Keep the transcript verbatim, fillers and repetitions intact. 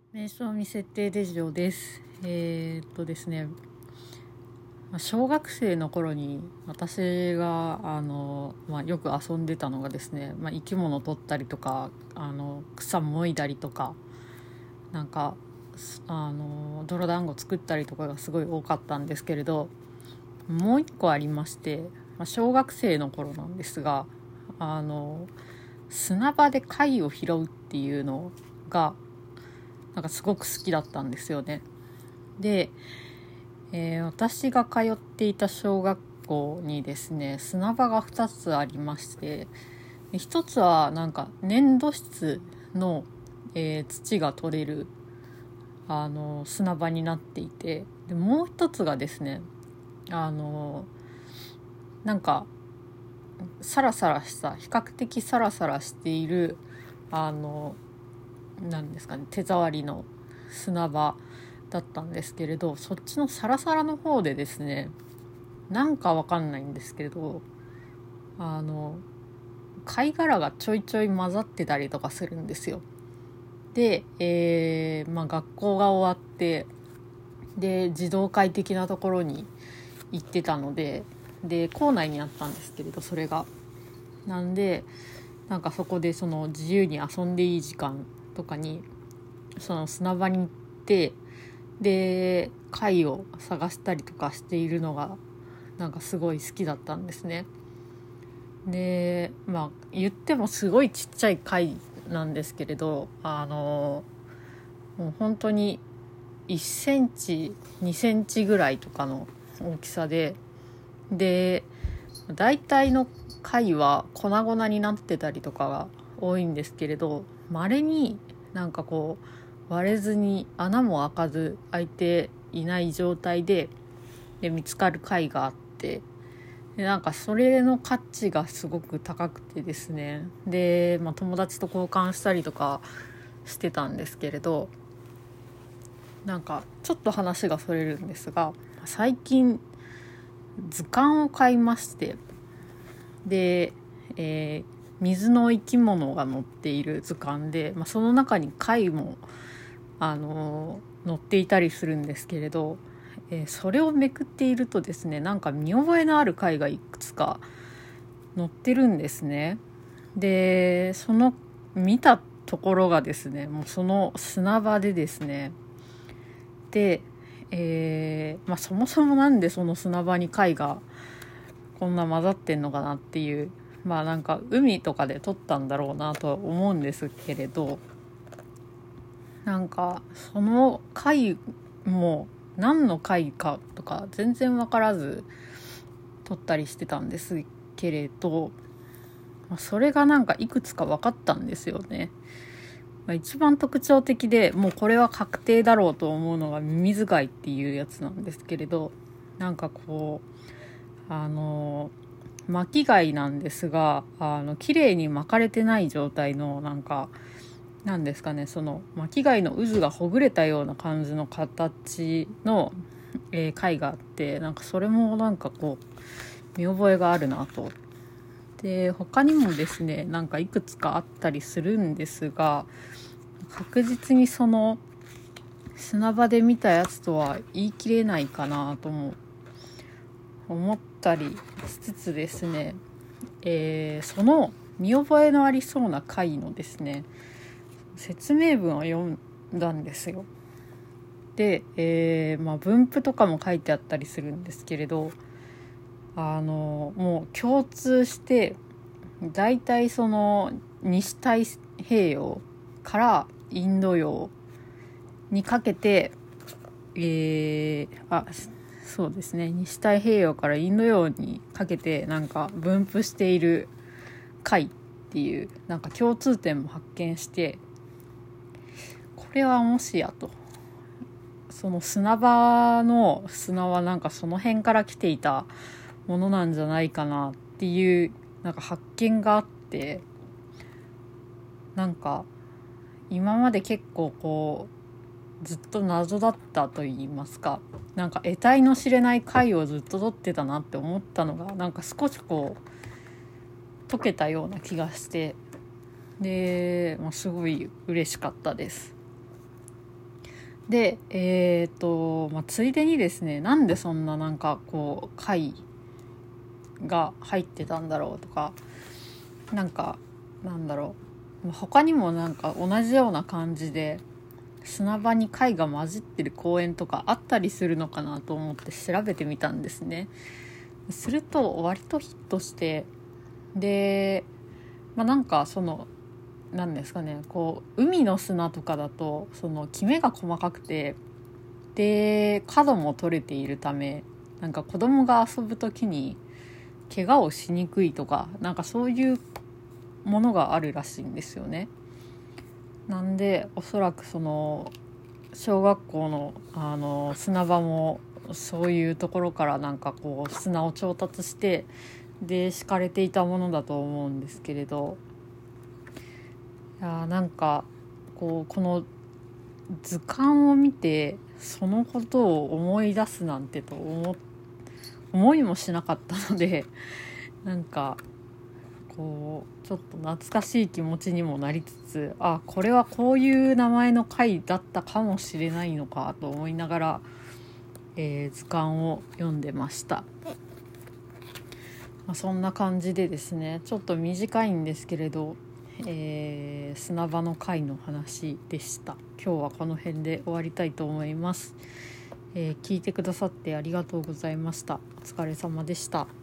瞑想に設定手錠です。えー、っとですね、小学生の頃に私があの、まあ、よく遊んでたのがですね、まあ、生き物を取ったりとかあの草もいだりとかなんかあの泥団子作ったりとかがすごい多かったんですけれど、もう一個ありまして、まあ、小学生の頃なんですが、あの砂場で貝を拾うっていうのがなんかすごく好きだったんですよね。で、えー私が通っていた小学校にですね、砂場がふたつありまして、ひとつはなんか粘土質の、えー土が取れるあの砂場になっていて、でもう一つがですね、あのなんかサラサラした比較的サラサラしているあのなんですかね、手触りの砂場だったんですけれど、そっちのサラサラの方でですね、なんかわかんないんですけど、あの貝殻がちょいちょい混ざってたりとかするんですよ。で、えーまあ、学校が終わってで児童会的なところに行ってたので、で校内にあったんですけれど、それがなんでなんかそこでその自由に遊んでいい時間とかにその砂場に行って、で貝を探したりとかしているのがなんかすごい好きだったんですね。でまあ言ってもすごいちっちゃい貝なんですけれど、あのもう本当にいっセンチにセンチぐらいとかの大きさで、で大体の貝は粉々になってたりとかが多いんですけれど、稀になんかこう割れずに穴も開かず開いていない状態でで見つかる貝があって、でなんかそれの価値がすごく高くてですね、で、まあ、友達と交換したりとかしてたんですけれど、なんかちょっと話がそれるんですが、最近図鑑を買いまして、で、えー水の生き物が載っている図鑑で、まあ、その中に貝も、あのー載っていたりするんですけれど、えーそれをめくっているとですね、なんか見覚えのある貝がいくつか載ってるんですね。でその見たところがですね、もうその砂場でですね、で、えーまあ、そもそもなんでその砂場に貝がこんな混ざってんのかなっていう、まあなんか海とかで撮ったんだろうなとは思うんですけれど、なんかその貝も何の貝かとか全然分からず撮ったりしてたんですけれど、それがなんかいくつか分かったんですよね。一番特徴的でもうこれは確定だろうと思うのがミミズ貝っていうやつなんですけれど、なんかこうあの巻き貝なんですが、あの綺麗に巻かれてない状態のなんかなんですかね、その巻き貝の渦がほぐれたような感じの形の、えー貝があって、なんかそれもなんかこう見覚えがあるなと。で他にもですね、なんかいくつかあったりするんですが、確実にその砂場で見たやつとは言い切れないかなとも思ったりしつつですね、えーその見覚えのありそうな回のですね説明文を読んだんですよ。で、えーまあ、分布とかも書いてあったりするんですけれど、あのもう共通してだいたいその西太平洋からインド洋にかけて、えー、あそうですね、西太平洋からインド洋にかけてなんか分布している貝っていうなんか共通点も発見して、これはもしやと、その砂場の砂はなんかその辺から来ていたものなんじゃないかなっていうなんか発見があって、なんか今まで結構こうずっと謎だったと言いますか、なんか得体の知れない貝をずっと取ってたなって思ったのがなんか少しこう解けたような気がして、で、まあ、すごい嬉しかったです。 でえっ、と、まあ、ついでにですね、なんでそんななんかこう貝が入ってたんだろうとか、なんかなんだろう、他にもなんか同じような感じで砂場に貝が混じってる公園とかあったりするのかなと思って調べてみたんですね。すると割とヒットして、で、まあ、なんかそのなんですかね、こう海の砂とかだとそのキメが細かくて、で角も取れているため、なんか子供が遊ぶ時に怪我をしにくいとか、なんかそういうものがあるらしいんですよね。なんでおそらくその小学校のあの砂場もそういうところからなんかこう砂を調達してで敷かれていたものだと思うんですけれど、いやなんかこうこの図鑑を見てそのことを思い出すなんてと思思いもしなかったので、なんかこうちょっと懐かしい気持ちにもなりつつ、あ、これはこういう名前の回だったかもしれないのかと思いながら、えー、図鑑を読んでました。まあ、そんな感じでですね、ちょっと短いんですけれど、えー、砂場の回の話でした。今日はこの辺で終わりたいと思います。えー、聞いてくださってありがとうございました。お疲れ様でした。